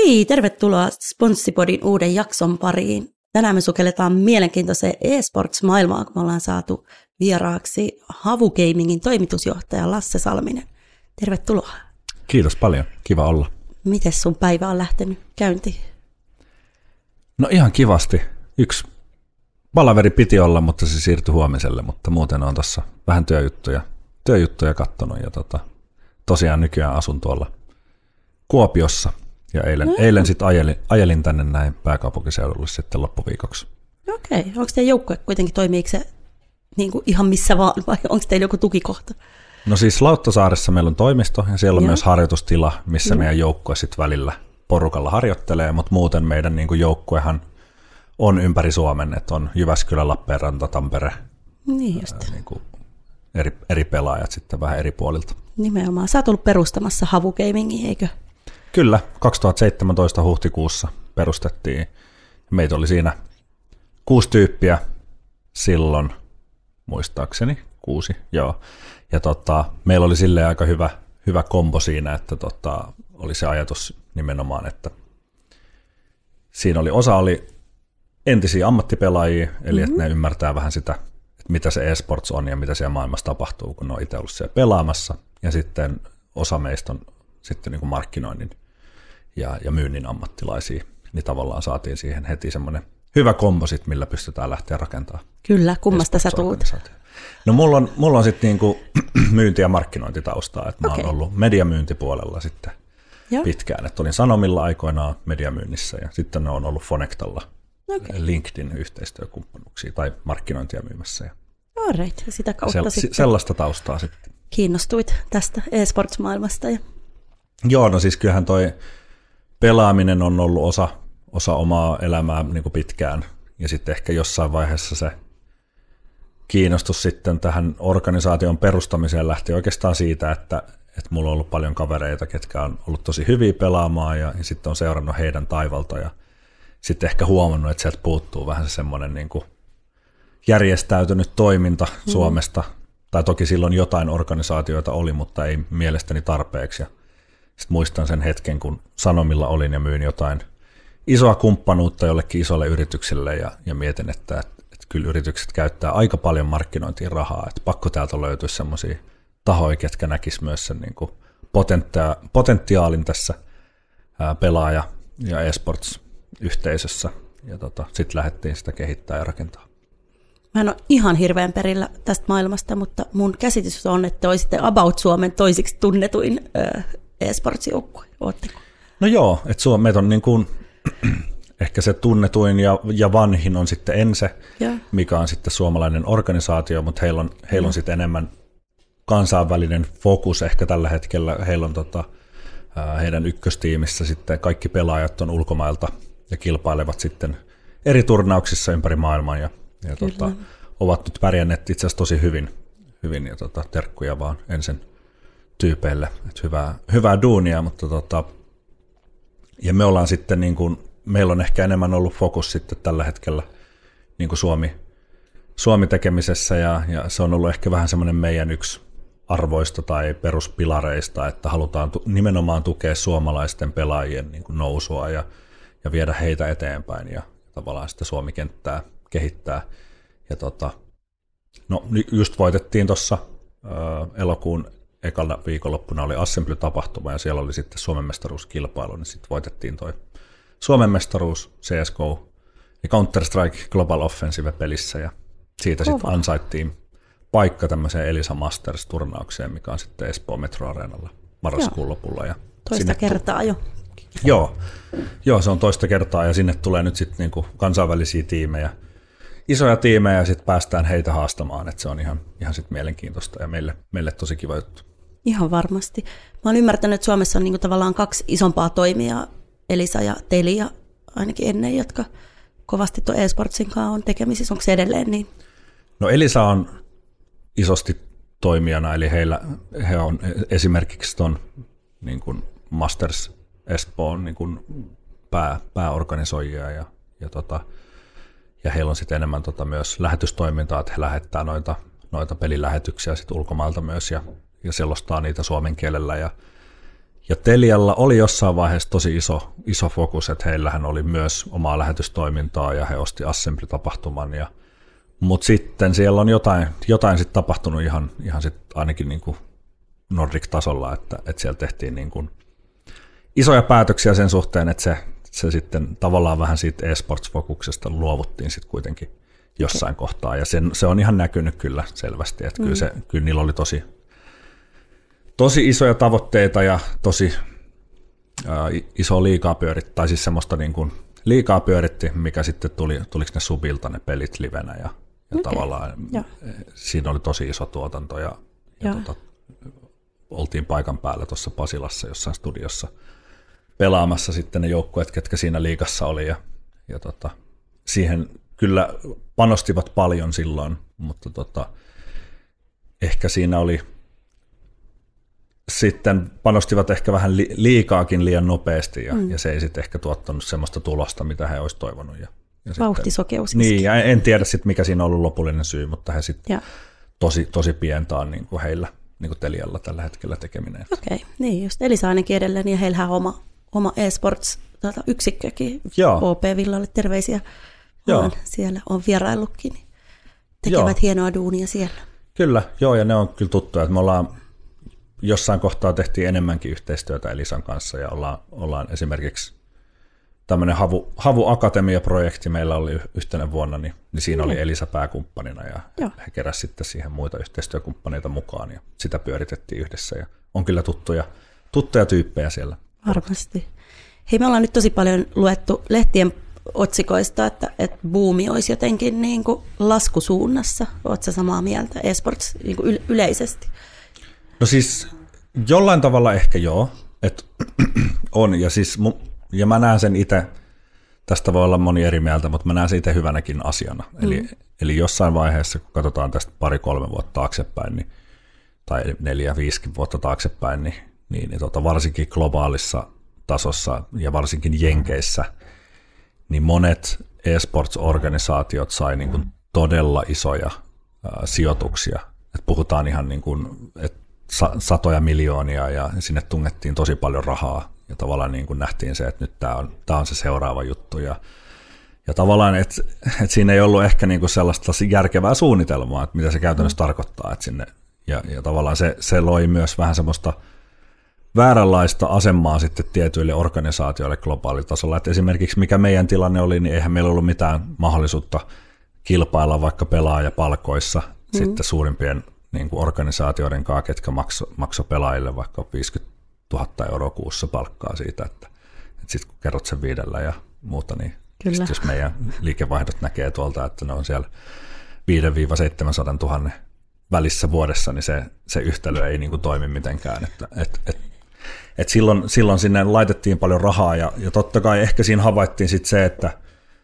Hei, tervetuloa Sponssipodin uuden jakson pariin. Tänään me sukelletaan mielenkiintoiseen e-sports-maailmaan, kun me ollaan saatu vieraaksi Havu Gamingin toimitusjohtaja Lasse Salminen. Tervetuloa. Kiitos paljon, kiva olla. Mites sun päivä on lähtenyt käyntiin? No ihan kivasti. Yksi palaveri piti olla, mutta se siirtyi huomiselle, mutta muuten on tuossa vähän työjuttuja katsonut ja tosiaan nykyään asun tuolla Kuopiossa. Ja eilen sitten ajelin tänne näin pääkaupunkiseudulle sitten loppuviikoksi. Okei, onko teidän joukkue kuitenkin, toimiiko se niin kuin ihan missä vaan vai onko teillä joku tukikohta? No siis Lauttasaaressa meillä on toimisto ja siellä on myös harjoitustila, missä meidän joukkue sitten välillä porukalla harjoittelee, mutta muuten meidän niin kuin joukkuehan on ympäri Suomen, että on Jyväskylä, Lappeenranta, Tampere, niin just. Niin kuin eri pelaajat sitten vähän eri puolilta. Nimenomaan. Sä oot ollut perustamassa Havu Gamingia, eikö? Kyllä, 2017 huhtikuussa perustettiin. Meitä oli siinä 6 tyyppiä silloin, muistaakseni 6, joo. Ja meillä oli silleen aika hyvä kombo siinä, että oli se ajatus nimenomaan, että siinä osa oli entisiä ammattipelaajia, eli että ne ymmärtää vähän sitä, että mitä se e-sports on ja mitä siellä maailmassa tapahtuu, kun ne on itse ollut siellä pelaamassa. Ja sitten osa meistä on sitten niin kuin markkinoinnin ja myynnin ammattilaisia, niin tavallaan saatiin siihen heti semmoinen hyvä kombo, millä pystytään lähteä rakentamaan. Kyllä, kummasta sä tuut? No mulla on sitten niinku myynti- ja markkinointitaustaa, että mä oon ollut mediamyyntipuolella sitten pitkään, että olin Sanomilla aikoinaan mediamyynnissä ja sitten on ollut Fonectalla LinkedIn-yhteistyökumppanuuksia tai markkinointia myymässä. Alright, sitä kautta sitten sellaista taustaa sitten. Kiinnostuit tästä e-sports-maailmasta. Joo, no siis kyllähän toi pelaaminen on ollut osa omaa elämää niin kuin pitkään, ja sitten ehkä jossain vaiheessa se kiinnostus sitten tähän organisaation perustamiseen lähti oikeastaan siitä, että mulla on ollut paljon kavereita, ketkä on ollut tosi hyviä pelaamaan, ja sitten on seurannut heidän taivalta, ja sitten ehkä huomannut, että sieltä puuttuu vähän semmoinen niin kuin järjestäytynyt toiminta Suomesta, tai toki silloin jotain organisaatioita oli, mutta ei mielestäni tarpeeksi, ja sitten muistan sen hetken, kun Sanomilla olin ja myin jotain isoa kumppanuutta jollekin isolle yritykselle ja mietin, että kyllä yritykset käyttää aika paljon markkinointiin rahaa, että pakko täältä löytyä semmoisia tahoja, ketkä näkisivät myös sen niin kuin potentiaalin tässä pelaaja- ja e-sports-yhteisössä ja sitten lähdettiin sitä kehittää ja rakentaa. Mä en ole ihan hirveän perillä tästä maailmasta, mutta mun käsitys on, että olisitte About Suomen toisiksi tunnetuin e-sports-joukkue. Ootteko? No joo, että meitä on niin kuin ehkä se tunnetuin ja vanhin on sitten Ense, mikä on sitten suomalainen organisaatio, mutta heillä on sitten enemmän kansainvälinen fokus ehkä tällä hetkellä. Heillä on heidän ykköstiimissä sitten kaikki pelaajat on ulkomailta ja kilpailevat sitten eri turnauksissa ympäri maailmaa ja ovat nyt pärjänneet itse asiassa tosi hyvin ja terkkuja vaan Ensen tyypeille, että hyvää duunia, mutta ja me ollaan sitten niin kuin, meillä on ehkä enemmän ollut fokus sitten tällä hetkellä niin kuin Suomi-tekemisessä ja se on ollut ehkä vähän semmoinen meidän yksi arvoista tai peruspilareista, että halutaan nimenomaan tukea suomalaisten pelaajien niin kuin nousua ja viedä heitä eteenpäin ja tavallaan sitä Suomi-kenttää kehittää. Ja no just voitettiin tuossa elokuun ekalla viikonloppuna oli Assembly-tapahtuma ja siellä oli sitten Suomen mestaruuskilpailu, niin sitten voitettiin toi Suomen mestaruus CSGO ja Counter-Strike Global Offensive-pelissä ja siitä sitten ansaittiin paikka tämmöiseen Elisa Masters-turnaukseen, mikä on sitten Espoo Metro Areenalla marraskuun lopulla. Ja toista kertaa jo. Joo, se on toista kertaa ja sinne tulee nyt sitten niinku kansainvälisiä tiimejä, isoja tiimejä ja sitten päästään heitä haastamaan, että se on ihan sitten mielenkiintoista ja meille tosi kiva juttu. Ihan varmasti. Mä oon ymmärtänyt, että Suomessa on niinku tavallaan 2 isompaa toimijaa, Elisa ja Telia ainakin ennen, jotka kovasti tuon e-sportsin kanssa on tekemisissä. Onko se edelleen niin? No Elisa on isosti toimijana, eli he on esimerkiksi tuon niin kuin Masters Espoon niin kuin pääorganisoijia ja heillä on sitten enemmän myös lähetystoimintaa, että he lähettää noita pelilähetyksiä sitten ulkomailta myös ja selostaa niitä suomen kielellä Ja Telialla oli jossain vaiheessa tosi iso fokus, että heillähän oli myös omaa lähetystoimintaa ja he osti Assembly-tapahtuman. Mutta sitten siellä on jotain sit tapahtunut ihan sit ainakin niin kuin Nordic-tasolla, että siellä tehtiin niin kuin isoja päätöksiä sen suhteen, että se sitten tavallaan vähän siitä eSports-fokuksesta luovuttiin sitten kuitenkin jossain kohtaa. Ja se on ihan näkynyt kyllä selvästi, että kyllä niillä oli tosi isoja tavoitteita ja tosi iso liikaa pyöritti, tai siis semmoista niin kuin liikaa pyöritti, mikä sitten tuliko ne subilta ne pelit livenä ja tavallaan siinä oli tosi iso tuotanto ja oltiin paikan päällä tuossa Pasilassa jossain studiossa pelaamassa sitten ne joukkueet, ketkä siinä liigassa oli ja siihen kyllä panostivat paljon silloin, mutta ehkä siinä oli sitten panostivat ehkä vähän liikaakin liian nopeasti ja se ei sitten ehkä tuottanut semmoista tulosta, mitä he olisivat toivonut. Vauhtisokeus. Niin, ja en tiedä sitten mikä siinä on ollut lopullinen syy, mutta he sitten tosi pientä on niin kuin heillä, niin kuin Telialla tällä hetkellä tekeminen. Okei, niin just Elisa ainakin edelleen, ja heillähän on oma eSports-yksikkökin, OP-Villalle terveisiä, siellä on vieraillutkin, niin tekevät hienoa duunia siellä. Kyllä, ja ne on kyllä tuttuja, että me ollaan jossain kohtaa tehtiin enemmänkin yhteistyötä Elisan kanssa ja ollaan esimerkiksi tämmöinen Havu Akatemia-projekti meillä oli yhtenä vuonna, niin siinä oli Elisa pääkumppanina ja he keräsivät sitten siihen muita yhteistyökumppaneita mukaan ja sitä pyöritettiin yhdessä ja on kyllä tuttuja tyyppejä siellä. Varmasti. Hei, me ollaan nyt tosi paljon luettu lehtien otsikoista, että buumi olisi jotenkin niin kuin laskusuunnassa. Oletko samaa mieltä eSports niin kuin yleisesti? No siis jollain tavalla ehkä joo, että on ja mä näen sen itse, tästä voi olla moni eri mieltä, mutta mä näen sen itse hyvänäkin asiana. Eli jossain vaiheessa, kun katsotaan tästä 2-3 vuotta taaksepäin, tai 4-5 vuotta taaksepäin, niin varsinkin globaalissa tasossa ja varsinkin Jenkeissä, niin monet eSports-organisaatiot sai niin kuin todella isoja sijoituksia. Et puhutaan ihan niin kuin, satoja miljoonia ja sinne tungettiin tosi paljon rahaa ja tavallaan niin kuin nähtiin se, että nyt tämä on se seuraava juttu ja tavallaan, että siinä ei ollut ehkä niin kuin sellaista järkevää suunnitelmaa, että mitä se käytännössä tarkoittaa, että sinne ja tavallaan se loi myös vähän semmoista vääränlaista asemaa sitten tietyille organisaatioille globaalitasolla, että esimerkiksi mikä meidän tilanne oli, niin eihän meillä ollut mitään mahdollisuutta kilpailla vaikka pelaajapalkoissa sitten suurimpien niin kuin organisaatioiden kanssa, ketkä maksoi pelaajille vaikka 50 000 € kuussa palkkaa siitä, että sitten kun kerrot sen 5 ja muuta, niin jos meidän liikevaihdot näkee tuolta, että ne on siellä 5-700 000 välissä vuodessa, niin se yhtälö ei niin kuin toimi mitenkään. Et silloin sinne laitettiin paljon rahaa ja totta kai ehkä siinä havaittiin sitten se, että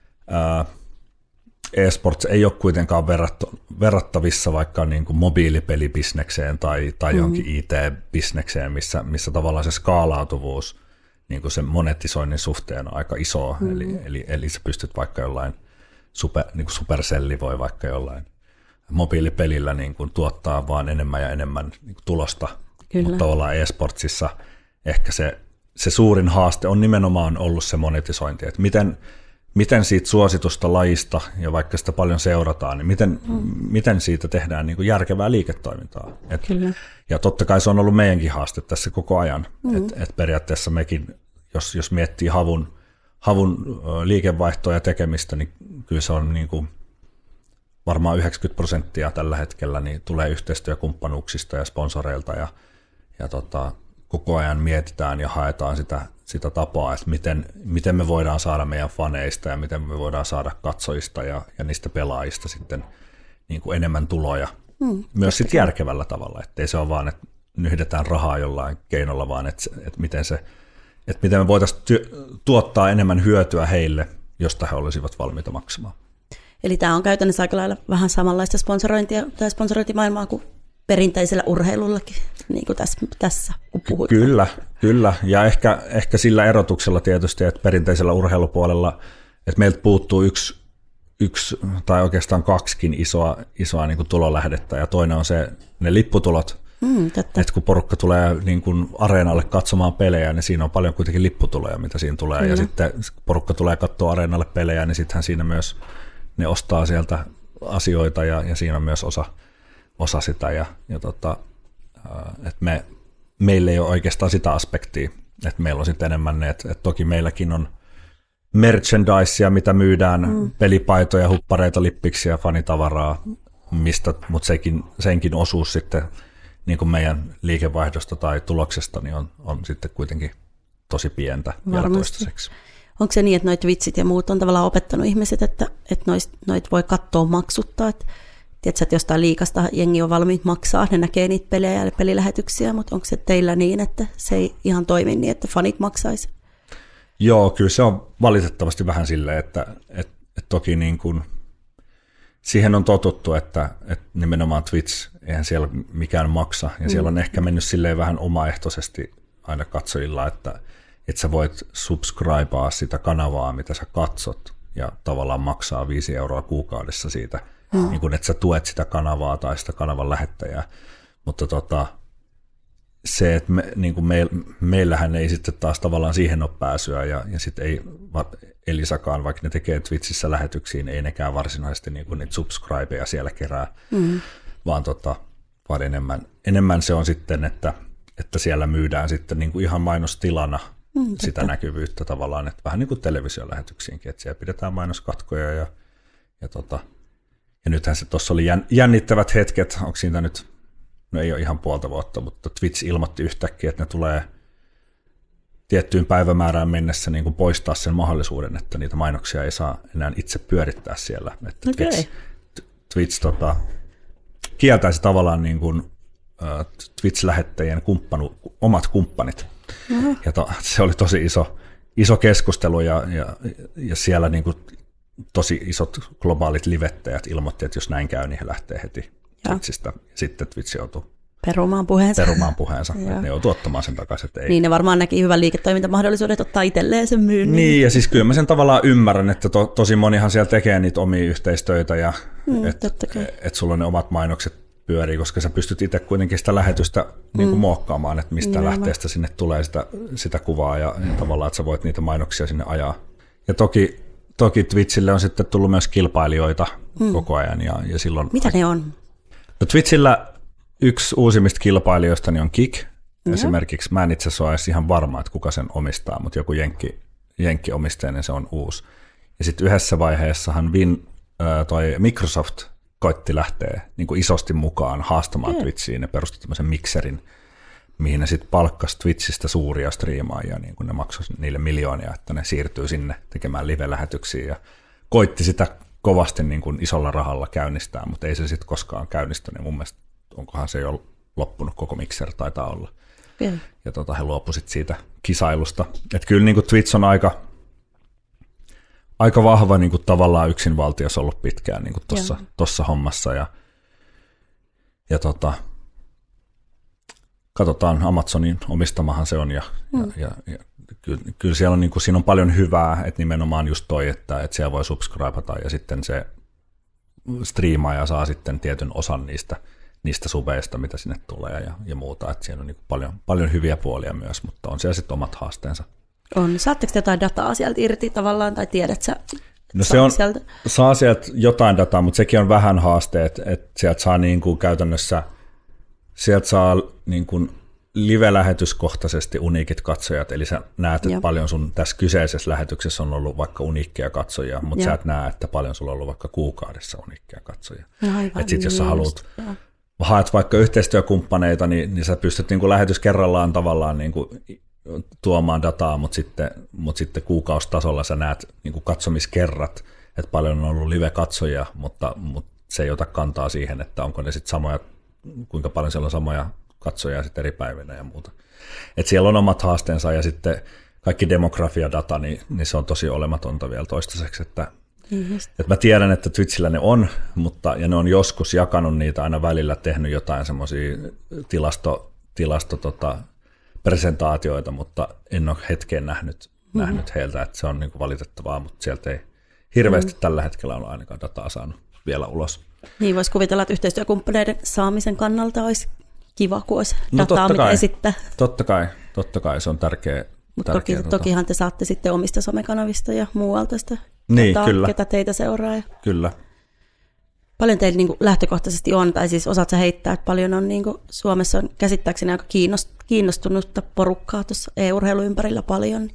eSports ei ole kuitenkaan verrattavissa vaikka niin kuin mobiilipelibisnekseen tai johonkin IT-bisnekseen, missä tavallaan se skaalautuvuus niin kuin sen monetisoinnin suhteen on aika iso. Eli sä pystyt vaikka jollain niin kuin Supercelli voi vaikka jollain mobiilipelillä niin kuin tuottaa vaan enemmän ja enemmän niin kuin tulosta. Mutta tavallaan eSportsissa ehkä se suurin haaste on nimenomaan ollut se monetisointi, että miten siitä suositusta lajista, ja vaikka sitä paljon seurataan, niin miten siitä tehdään niin kuin järkevää liiketoimintaa. Ja totta kai se on ollut meidänkin haaste tässä koko ajan. Et periaatteessa mekin, jos miettii havun liikevaihtoa ja tekemistä, niin kyllä se on niin kuin varmaan 90% tällä hetkellä niin tulee yhteistyökumppanuuksista ja sponsoreilta, ja koko ajan mietitään ja haetaan sitä tapaa, että miten me voidaan saada meidän faneista ja miten me voidaan saada katsojista ja niistä pelaajista sitten niin kuin enemmän tuloja. Myös sitten järkevällä tavalla, ettei se ole vaan, että nyhdetään rahaa jollain keinolla, vaan että miten me voitaisiin tuottaa enemmän hyötyä heille, josta he olisivat valmiita maksamaan. Eli tämä on käytännössä aika lailla vähän samanlaista sponsorointia tai sponsorointimaailmaa kuin perinteisellä urheilullakin, niin kuin tässä kun puhuit. Kyllä. Ja ehkä sillä erotuksella tietysti, että perinteisellä urheilupuolella, että meiltä puuttuu yksi tai oikeastaan kaksikin isoa niin kuin tulolähdettä, ja toinen on ne lipputulot, Että kun porukka tulee niin kuin areenalle katsomaan pelejä, niin siinä on paljon kuitenkin lipputuloja, mitä siinä tulee. Ja sitten porukka tulee katsoa areenalle pelejä, niin sittenhän siinä myös ne ostaa sieltä asioita ja siinä on myös osa sitä. Että meillä ei ole oikeastaan sitä aspektia, että meillä on sitten enemmän ne, että toki meilläkin on merchandisea, mitä myydään, pelipaitoja, huppareita, lippiksiä, fanitavaraa, mutta senkin osuus sitten niin kuin meidän liikevaihdosta tai tuloksesta niin on sitten kuitenkin tosi pientä vielä toistaiseksi. Onko se niin, että noit vitsit ja muut on tavallaan opettanut ihmiset, että noit voi katsoa maksuttaa, että tiedätkö, että jostain liikasta jengi on valmiit maksaa, ne näkee niitä pelejä ja pelilähetyksiä, mutta onko se teillä niin, että se ei ihan toimi niin, että fanit maksaisi? Joo, kyllä se on valitettavasti vähän silleen, että toki niin kuin siihen on totuttu, että nimenomaan Twitch, eihän siellä mikään maksa, ja siellä on ehkä mennyt silleen vähän omaehtoisesti aina katsojilla, että sä voit subscribea sitä kanavaa, mitä sä katsot, ja tavallaan maksaa 5 € kuukaudessa siitä, niin kuin että sä tuet sitä kanavaa tai sitä kanavan lähettäjää, mutta se, että meillähän ei sitten taas tavallaan siihen ole pääsyä, ja sitten ei Elisakaan, vaikka ne tekee Twitchissä lähetyksiin, ei nekään varsinaisesti niin kuin niitä subscribeja siellä kerää, vaan enemmän se on sitten, että siellä myydään sitten niin kuin ihan mainostilana sitä näkyvyyttä tavallaan, että vähän niin kuin televisiolähetyksiinkin, että siellä pidetään mainoskatkoja ja nythän se tuossa oli jännittävät hetket, onko siitä nyt, no ei ole ihan puolta vuotta, mutta Twitch ilmoitti yhtäkkiä, että ne tulee tiettyyn päivämäärään mennessä niin kuin poistaa sen mahdollisuuden, että niitä mainoksia ei saa enää itse pyörittää siellä. Että Twitch kieltäisi tavallaan niin kuin, Twitch-lähettäjien omat kumppanit. Ja se oli tosi iso keskustelu ja siellä niin kuin tosi isot globaalit livettäjät ilmoitti, että jos näin käy, niin he lähtee heti Twitchistä. Sitten Twitch joutui perumaan puheensa. Ne joutuu ottamaan sen takaisin. Niin, ne varmaan näki hyvän liiketoimintamahdollisuudet ottaa itselleen sen myynnin. Niin, ja siis kyllä mä sen tavallaan ymmärrän, että tosi monihan siellä tekee niitä omia yhteistyötä ja että sulla on ne omat mainokset pyörii, koska sä pystyt itse kuitenkin sitä lähetystä niin kuin muokkaamaan, että mistä lähteestä sinne tulee sitä kuvaa ja tavallaan, että sä voit niitä mainoksia sinne ajaa. Ja toki Twitchille on sitten tullut myös kilpailijoita koko ajan. Ja silloin mitä ne on? No Twitchillä yksi uusimmista kilpailijoista niin on Kick. Esimerkiksi mä en itse asiassa ole edes ihan varma, että kuka sen omistaa, mutta joku jenkki-omistajainen se on uusi. Ja sitten yhdessä vaiheessahan toi Microsoft koitti lähteä niin kuin isosti mukaan haastamaan Twitchiin. Ne perusti tämmöisen mikserin, mihin ne sitten palkkasi Twitchistä suuria striimaajia, niin kuin ne maksoi niille miljoonia, että ne siirtyy sinne tekemään live-lähetyksiä ja koitti sitä kovasti niin kuin isolla rahalla käynnistää, mutta ei se sitten koskaan käynnistynyt. Mun mielestä onkohan se jo loppunut, koko Mixer taitaa olla. Ja he luopuivat siitä kisailusta. Että kyllä niin kuin Twitch on aika vahva niin kuin tavallaan yksinvaltios ollut pitkään niin kuin tuossa hommassa. Ja katsotaan, Amazonin omistamahan se on. Ja kyllä siellä on, niin kuin, siinä on paljon hyvää, että nimenomaan just toi, että siellä voi subscribata ja sitten se striimaaja saa sitten tietyn osan niistä subeista, mitä sinne tulee ja muuta. Että siellä on niin kuin paljon hyviä puolia myös, mutta on siellä sitten omat haasteensa. On. Saatteko jotain dataa sieltä irti tavallaan, tai tiedät sä? No saa sieltä jotain dataa, mutta sekin on vähän haasteet, että sieltä saa niin kuin käytännössä, niin kuin live-lähetyskohtaisesti uniikit katsojat, eli sä näet, että paljon sun tässä kyseisessä lähetyksessä on ollut vaikka uniikkeja katsojia, mutta sä et näe, että paljon sulla on ollut vaikka kuukaudessa uniikkeja katsojia. Että sitten jos sä haet vaikka yhteistyökumppaneita, niin sä pystyt niin kuin lähetys kerrallaan tavallaan niin kuin tuomaan dataa, mutta sitten kuukausitasolla sä näet niin kuin katsomiskerrat, että paljon on ollut live-katsojia, mutta se ei ota kantaa siihen, että onko ne sitten samoja, kuinka paljon siellä on samoja katsojia sitten eri päivinä ja muuta. Et siellä on omat haasteensa ja sitten kaikki demografiadata, niin se on tosi olematonta vielä toistaiseksi, että mä tiedän, että Twitchillä ne on, ja ne on joskus jakanut niitä aina välillä, tehnyt jotain semmoisia presentaatioita, mutta en ole hetkeen nähnyt heiltä, että se on niin kuin valitettavaa, mutta sieltä ei hirveästi tällä hetkellä ole ainakaan dataa saanut vielä ulos. Niin, voisi kuvitella, että yhteistyökumppaneiden saamisen kannalta olisi kiva, kun olisi dataa, mitä esittää. Totta kai se on tärkeä. Mutta tokihan te saatte sitten omista somekanavista ja muualta sitä dataa, ketä teitä seuraa. Kyllä. Paljon teillä niin kuin lähtökohtaisesti on, tai siis osaat sä heittää, että paljon on niin kuin Suomessa on käsittääkseni aika kiinnostunutta porukkaa tuossa e-urheilun ympärillä paljon.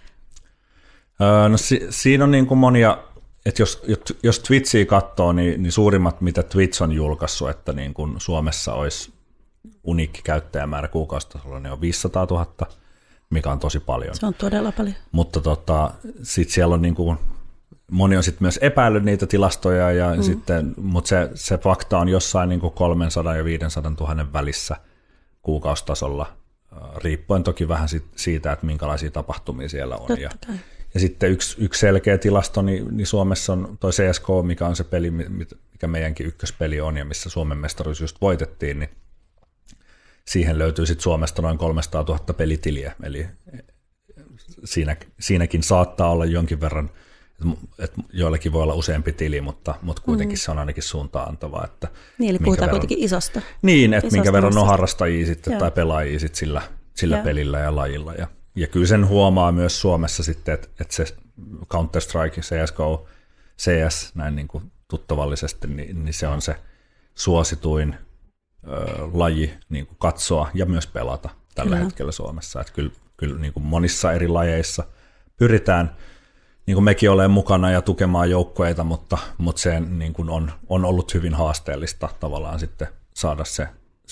No siinä on niin kuin monia, että jos Twitchiä katsoo, niin suurimmat, mitä Twitch on julkaissut, että niin kuin Suomessa olisi uniikki käyttäjämäärä kuukausitasolla, niin on 500 000, mikä on tosi paljon. Se on todella paljon. Mutta sitten siellä on niin kuin, moni on sitten myös epäillyt niitä tilastoja, mutta se fakta on jossain niin kuin 300 ja 500 000 välissä kuukausitasolla, riippuen toki vähän siitä, että minkälaisia tapahtumia siellä on. Ja sitten yksi selkeä tilasto, niin Suomessa on toi CSK, mikä on se peli, mikä meidänkin ykköspeli on ja missä Suomen mestaruus just voitettiin, niin siihen löytyy sitten Suomesta noin 300 000 pelitiliä, eli siinäkin saattaa olla jonkin verran, että joillakin voi olla useampi tili, mutta kuitenkin se on ainakin suuntaan antava. Että niin, eli puhutaan kuitenkin isosta. Niin, että minkä verran on harrastajia sitten tai pelaajia sitten sillä pelillä ja lajilla. Ja kyllä sen huomaa myös Suomessa sitten, että se Counter-Strike, CSGO, CS näin niin kuin tuttavallisesti, niin se on se suosituin laji niin kuin katsoa ja myös pelata tällä hetkellä Suomessa. Että kyllä niin kuin monissa eri lajeissa pyritään niin kuin mekin olen mukana ja tukemaan joukkueita, mutta se niin kuin on ollut hyvin haasteellista tavallaan sitten saada se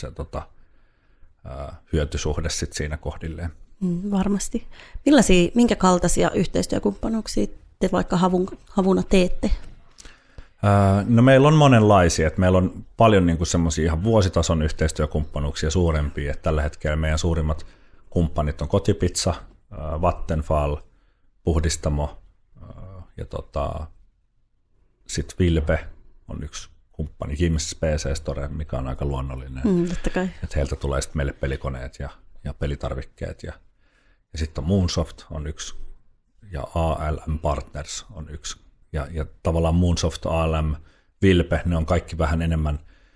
hyötysuhde sitten siinä kohdilleen. Varmasti. Minkä kaltaisia yhteistyökumppanuuksia te vaikka havuna teette? No meillä on monenlaisia. Että meillä on paljon niin kuin semmoisia ihan vuositason yhteistyökumppanuuksia suurempia. Että tällä hetkellä meidän suurimmat kumppanit on Kotipizza, Vattenfall, Puhdistamo ja sitten Vilpe on yksi kumppani, Kims PC Store, mikä on aika luonnollinen. Totta kai. Että heiltä tulee sitten meille pelikoneet ja pelitarvikkeet ja sitten Moonsoft on yksi ja ALM Partners on yksi. Ja tavallaan Moonsoft, ALM, Vilpe, ne on kaikki vähän enemmän,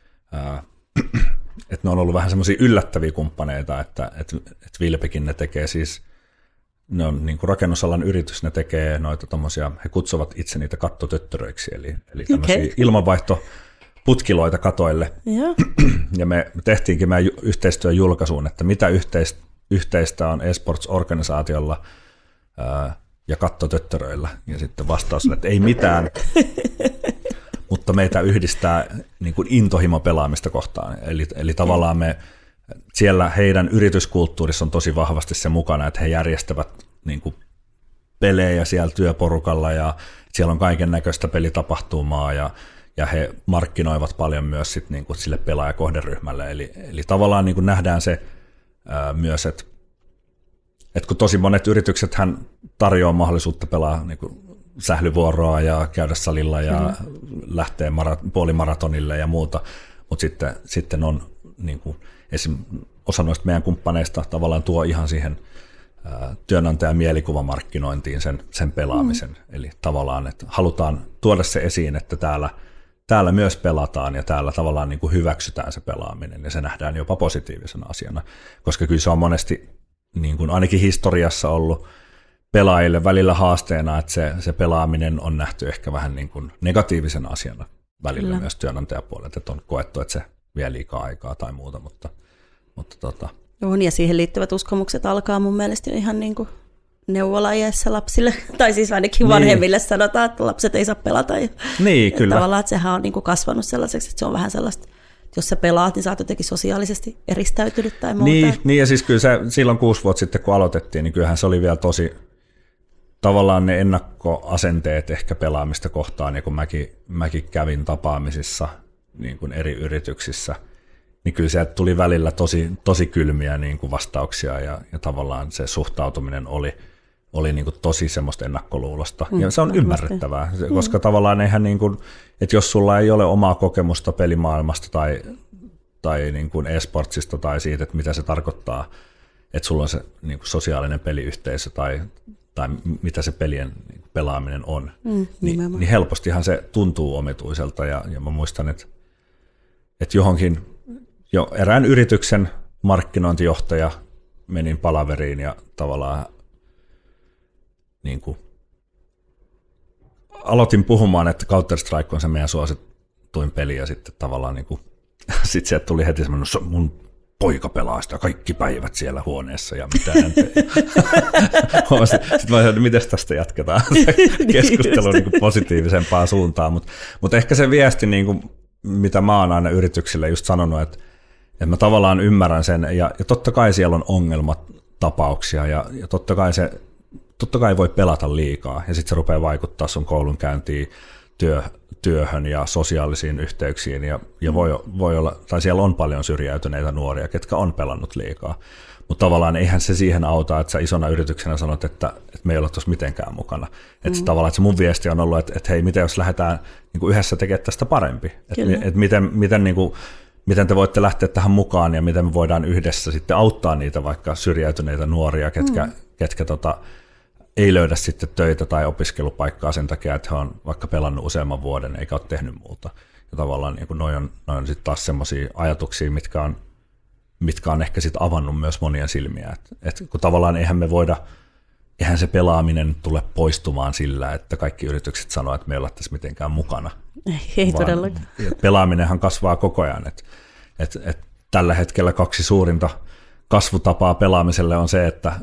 että ne on ollut vähän semmoisia yllättäviä kumppaneita, että Vilpekin ne tekee siis, ne on niin kuin rakennusalan yritys, ne tekee noita tommosia, he kutsuvat itse niitä kattotöttöröiksi, eli tämmöisiä ilmanvaihtoputkiloita katoille. Ja me tehtiinkin meidän yhteistyön julkaisuun, että mitä yhteistä on eSports-organisaatiolla ja kattotöttöröillä. Ja sitten vastaus on, että ei mitään, mutta meitä yhdistää niin kuin intohimo pelaamista kohtaan. Eli tavallaan siellä heidän yrityskulttuurissa on tosi vahvasti se mukana, että he järjestävät niin kuin pelejä siellä työporukalla ja siellä on kaiken näköistä pelitapahtumaa ja he markkinoivat paljon myös sit niin kuin sille pelaajakohderyhmälle. Eli tavallaan niin kuin nähdään se myös, että kun tosi monet yritykset hän tarjoaa mahdollisuutta pelaa niin kuin sählyvuoroa ja käydä salilla ja lähteä puolimaratonille ja muuta, mutta sitten on niin kuin esim. Osa noista meidän kumppaneista tavallaan tuo ihan siihen työnantajan mielikuvamarkkinointiin sen pelaamisen. Eli tavallaan, että halutaan tuoda se esiin, että täällä myös pelataan ja täällä tavallaan niin kuin hyväksytään se pelaaminen ja se nähdään jopa positiivisena asiana, koska kyllä se on monesti niin kuin ainakin historiassa ollut pelaajille välillä haasteena, että se pelaaminen on nähty ehkä vähän niin kuin negatiivisena asiana välillä myös työnantajapuolelta, että on koettu, että se vie liikaa aikaa tai muuta, mutta on, ja siihen liittyvät uskomukset alkaa mun mielestä jo ihan niin kuin neuvolaiässä lapsille, tai siis ainakin vanhemmille sanotaan, että lapset ei saa pelata. Niin, kyllä. Tavallaan, että sehän on niin kuin kasvanut sellaiseksi, että se on vähän sellaista, jos sä pelaat, niin sä oot jotenkin sosiaalisesti eristäytynyt tai muuta. Niin ja siis kyllä se silloin 6 vuotta sitten, kun aloitettiin, niin kyllähän se oli vielä tosi tavallaan ne ennakkoasenteet ehkä pelaamista kohtaan, ja kun mäkin kävin tapaamisissa niin kuin eri yrityksissä, niin kyllä sieltä tuli välillä tosi kylmiä niin kuin vastauksia, ja tavallaan se suhtautuminen oli niin kuin tosi semmoista ennakkoluulosta. Ja se on ymmärrettävää, koska tavallaan eihän niin kuin, että jos sulla ei ole omaa kokemusta pelimaailmasta tai niin kuin e-sportsista tai siitä, että mitä se tarkoittaa, että sulla on se niin kuin sosiaalinen peliyhteisö tai mitä se pelien pelaaminen on, niin helpostihan se tuntuu omituiselta. Ja mä muistan, että johonkin jo erään yrityksen markkinointijohtaja menin palaveriin ja tavallaan niin kuin aloitin puhumaan, että Counter-Strike on se meidän suosituin peli ja sitten tavallaan niin kuin, sit sieltä tuli heti semmoinen, mun poika pelaa sitä kaikki päivät siellä huoneessa ja mitä hän tee. Sitten mä sanoin, miten tästä jatketaan keskustelua niin kuin positiivisempaan suuntaan, mutta ehkä se viesti, niin kuin, mitä mä oon aina yrityksille just sanonut, että mä tavallaan ymmärrän sen ja totta kai siellä on ongelmatapauksia ja totta kai voi pelata liikaa ja sitten se rupeaa vaikuttaa sun koulunkäyntiin, työhön ja sosiaalisiin yhteyksiin ja voi olla, tai siellä on paljon syrjäytyneitä nuoria, ketkä on pelannut liikaa, mutta tavallaan eihän se siihen auta, että sä isona yrityksenä sanot, että me ei olla tuossa mitenkään mukana. Että tavallaan että se mun viesti on ollut, että hei, miten jos lähdetään niin kuin yhdessä tekemään tästä parempi, että miten te voitte lähteä tähän mukaan ja miten me voidaan yhdessä sitten auttaa niitä vaikka syrjäytyneitä nuoria, ketkä ei löydä sitten töitä tai opiskelupaikkaa sen takia, että he on vaikka pelannut useamman vuoden eikä ole tehnyt muuta. Ja tavallaan niin kuin noi on sitten taas semmoisia ajatuksia, mitkä on ehkä sitten avannut myös monien silmiä. Et kun tavallaan eihän se pelaaminen tule poistumaan sillä, että kaikki yritykset sanoo, että me ei olla tässä mitenkään mukana. Ei todellakaan. Pelaaminenhan kasvaa koko ajan. Et tällä hetkellä 2 suurinta kasvutapaa pelaamiselle on se, että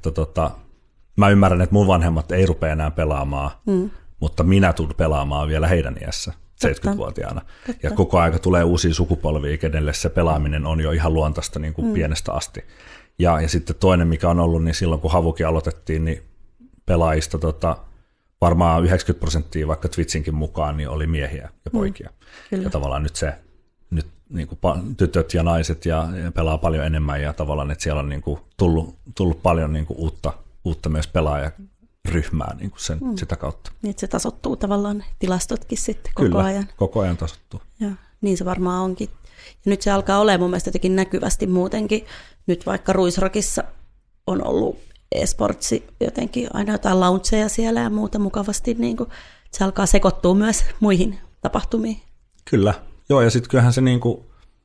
mä ymmärrän, että mun vanhemmat ei rupea enää pelaamaan, mutta minä tulen pelaamaan vielä heidän iässä 70-vuotiaana. Ja koko aika tulee uusia sukupolvia, kenelle se pelaaminen on jo ihan luontaista niin kuin pienestä asti. Ja sitten toinen, mikä on ollut, niin silloin kun Havukin aloitettiin, niin pelaajista varmaan 90% vaikka Twitchinkin mukaan niin oli miehiä ja poikia. Ja tavallaan nyt niin kuin tytöt ja naiset ja pelaa paljon enemmän ja tavallaan, että siellä on niin kuin tullut paljon niin kuin uutta myös pelaajaryhmää niin kuin sitä kautta. Niin, että se tasoittuu tavallaan tilastotkin sitten koko ajan. Kyllä, koko ajan tasoittuu. Ja, niin se varmaan onkin. Ja nyt se alkaa olemaan mun mielestä jotenkin näkyvästi muutenkin. Nyt vaikka Ruisrockissa on ollut e-sportsi jotenkin aina jotain launcheja siellä ja muuta mukavasti. Niin kuin, se alkaa sekoittua myös muihin tapahtumiin. Kyllä, joo ja sitten kyllähän se niin kuin,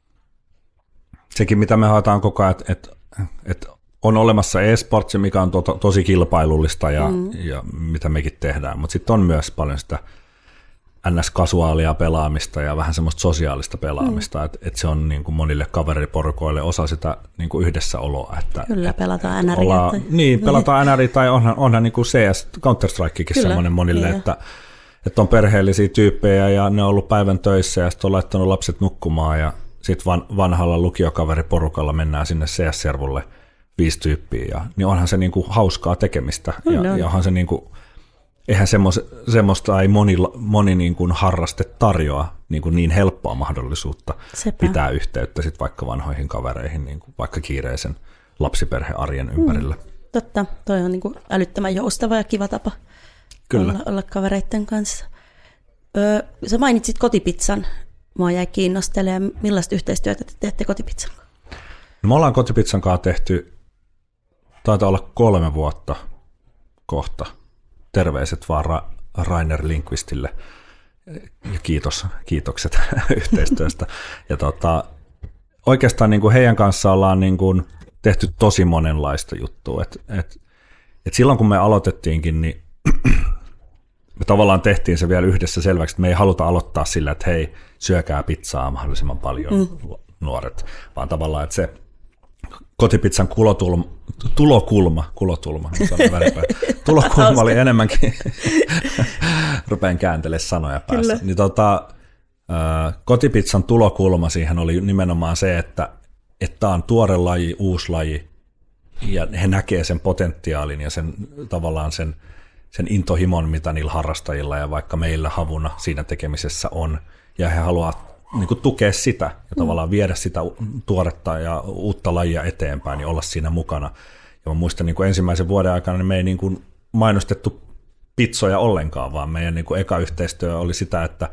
sekin mitä me haetaan koko ajan, että on olemassa e-sportsi, mikä on tosi kilpailullista ja mitä mekin tehdään, mutta sitten on myös paljon sitä NS-kasuaalia pelaamista ja vähän semmoista sosiaalista pelaamista, että se on niin kuin monille kaveriporukoille osa sitä niin kuin yhdessäoloa. Että, kyllä, pelataan NRiä. Niin, pelataan NRiä tai onhan niin kuin CS, Counter-Strikekin semmoinen monille, että on perheellisiä tyyppejä ja ne on ollut päivän töissä ja sitten on laittanut lapset nukkumaan ja sitten vanhalla lukiokaveriporukalla mennään sinne CS-servulle 5 tyyppiä, niin onhan se niinku hauskaa tekemistä, ja onhan se niinku, eihän semmoista ei moni niinku harraste tarjoa niin helppoa mahdollisuutta pitää yhteyttä sit vaikka vanhoihin kavereihin, niinku vaikka kiireisen lapsiperhearjen ympärillä. Totta, toi on niinku älyttömän joustava ja kiva tapa olla kavereiden kanssa. Sä mainitsit kotipizzan, mua jäi kiinnostelemaan, millaista yhteistyötä te teette kotipizzan? No, me ollaan kotipizzan kanssa tehty, taitaa olla 3 vuotta kohta. Terveiset vaan Rainer Lindqvistille ja kiitokset yhteistyöstä. Ja oikeastaan niin kuin heidän kanssa ollaan niin kuin tehty tosi monenlaista juttua. Et silloin kun me aloitettiinkin, niin me tavallaan tehtiin se vielä yhdessä selväksi, että me ei haluta aloittaa sillä, että hei, syökää pizzaa mahdollisimman paljon nuoret, vaan tavallaan, että se kotipizzan tulokulma oli enemmänkin, rupean kääntelemään sanoja päässä, niin kotipizzan tulokulma siihen oli nimenomaan se, että tämä on tuore laji, uusi laji, ja he näkee sen potentiaalin ja sen tavallaan sen intohimon, mitä niillä harrastajilla ja vaikka meillä Havuna siinä tekemisessä on, ja he haluavat niin kuin tukea sitä ja tavallaan viedä sitä tuoretta ja uutta lajia eteenpäin ja olla siinä mukana. Ja mä muistan niin kuin ensimmäisen vuoden aikana niin me ei niin kuin mainostettu pizzoja ollenkaan, vaan meidän niin kuin eka yhteistyö oli sitä, että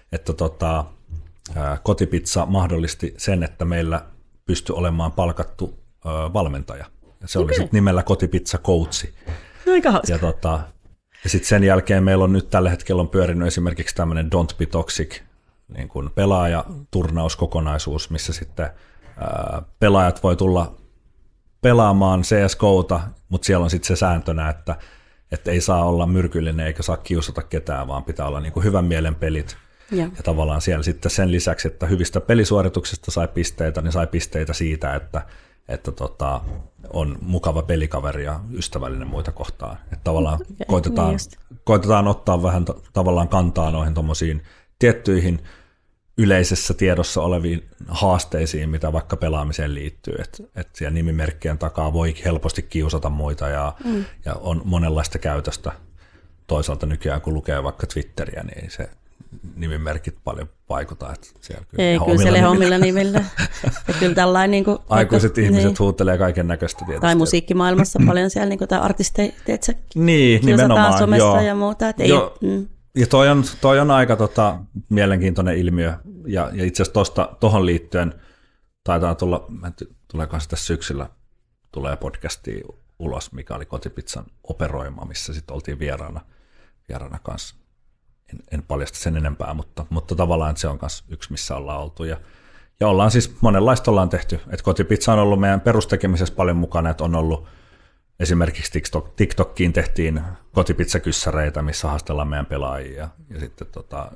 kotipizza mahdollisti sen, että meillä pystyi olemaan palkattu valmentaja. Ja se oli sitten nimellä Kotipizza Coachi. No, aika hauska. Ja sitten sen jälkeen meillä on nyt tällä hetkellä on pyörinyt esimerkiksi tämmöinen Don't Be Toxic niin kuin pelaajaturnauskokonaisuus, missä sitten pelaajat voi tulla pelaamaan CSGOta, mutta siellä on sitten se sääntönä, että ei saa olla myrkyllinen eikä saa kiusata ketään, vaan pitää olla niin kuin hyvän mielen pelit. Ja tavallaan siellä sitten sen lisäksi, että hyvistä pelisuorituksista sai pisteitä, niin sai pisteitä siitä, että on mukava pelikaveri ja ystävällinen muita kohtaan. Että tavallaan koitetaan ottaa vähän tavallaan kantaa noihin tommosiin tiettyihin yleisessä tiedossa oleviin haasteisiin, mitä vaikka pelaamiseen liittyy. Että siellä nimimerkkien takaa voi helposti kiusata muita ja on monenlaista käytöstä. Toisaalta nykyään, kun lukee vaikka Twitteriä, niin se nimimerkit paljon vaikuttaa. Ei, kyllä siellä omilla nimillä. Ja kyllä tällainen, niin kuin, aikuiset ihmiset huutelee kaiken näköistä tietysti. Tai musiikkimaailmassa paljon siellä niin kuin artisteja, teetkö, nimenomaan, somessa joo. ja muuta. Ja toi on aika mielenkiintoinen ilmiö. Ja itse asiassa tuohon liittyen taitaa tulla, tuleekaan sitä syksyllä, tulee podcastiin ulos, mikä oli Kotipizzan operoima, missä sitten oltiin vieraana kanssa. En paljasta sen enempää, mutta tavallaan että se on myös yksi, missä ollaan oltu. Ja ollaan siis, monenlaista ollaan tehty. Että Kotipizza on ollut meidän perustekemisessä paljon mukana, että on ollut esimerkiksi TikTokkiin tehtiin kotipizza-kyssäreitä, missä haastellaan meidän pelaajia. Ja sitten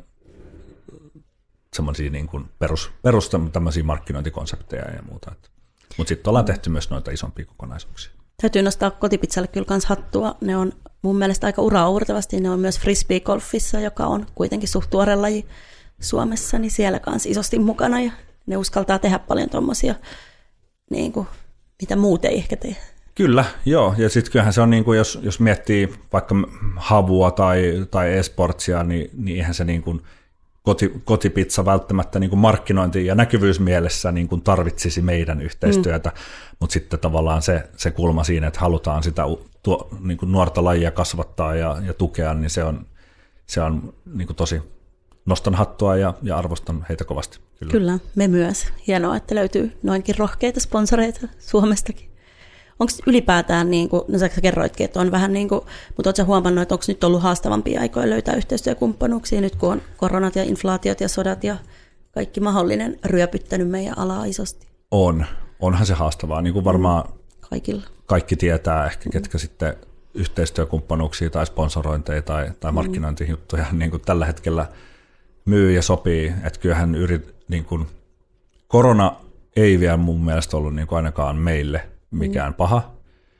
semmoisia niin kuin perus tämmöisiä markkinointikonsepteja ja muuta. Mutta sitten ollaan tehty myös noita isompia kokonaisuuksia. Täytyy nostaa Kotipizzalle kyllä kans hattua. Ne on mun mielestä aika uraauurtavasti. Ne on myös frisbee-golfissa, joka on kuitenkin suht tuore laji Suomessa, niin siellä kanssa isosti mukana. Ja ne uskaltaa tehdä paljon tommosia, niin kuin, mitä muut ei ehkä tee. Kyllä, joo. Ja sitten kyllähän se on, niin kuin, jos miettii vaikka havua tai e-sportsia, niin eihän se niin kuin Kotipizza välttämättä niin kuin markkinointi- ja näkyvyysmielessä niin kuin tarvitsisi meidän yhteistyötä, mutta sitten tavallaan se kulma siinä, että halutaan sitä niin kuin nuorta lajia kasvattaa ja tukea, niin se on niin kuin tosi, nostan hattua ja arvostan heitä kovasti. Kyllä, me myös. Hienoa, että löytyy noinkin rohkeita sponsoreita Suomestakin. Onko ylipäätään, niin kuin, no sä kerroitkin, että on vähän niin kuin, mutta ootko sä huomannut, että onko nyt ollut haastavampia aikoja löytää yhteistyökumppanuuksia, nyt kun on koronat ja inflaatiot ja sodat ja kaikki mahdollinen ryöpyttänyt meidän alaa isosti? Onhan se haastavaa, niin kuin varmaan kaikilla. Kaikki tietää ehkä, ketkä sitten yhteistyökumppanuuksia tai sponsorointeja tai markkinointijuttuja niin kuin tällä hetkellä myy ja sopii, että kyllähän niin kuin, korona ei vielä mun mielestä ollut niin kuin ainakaan meille mikään paha.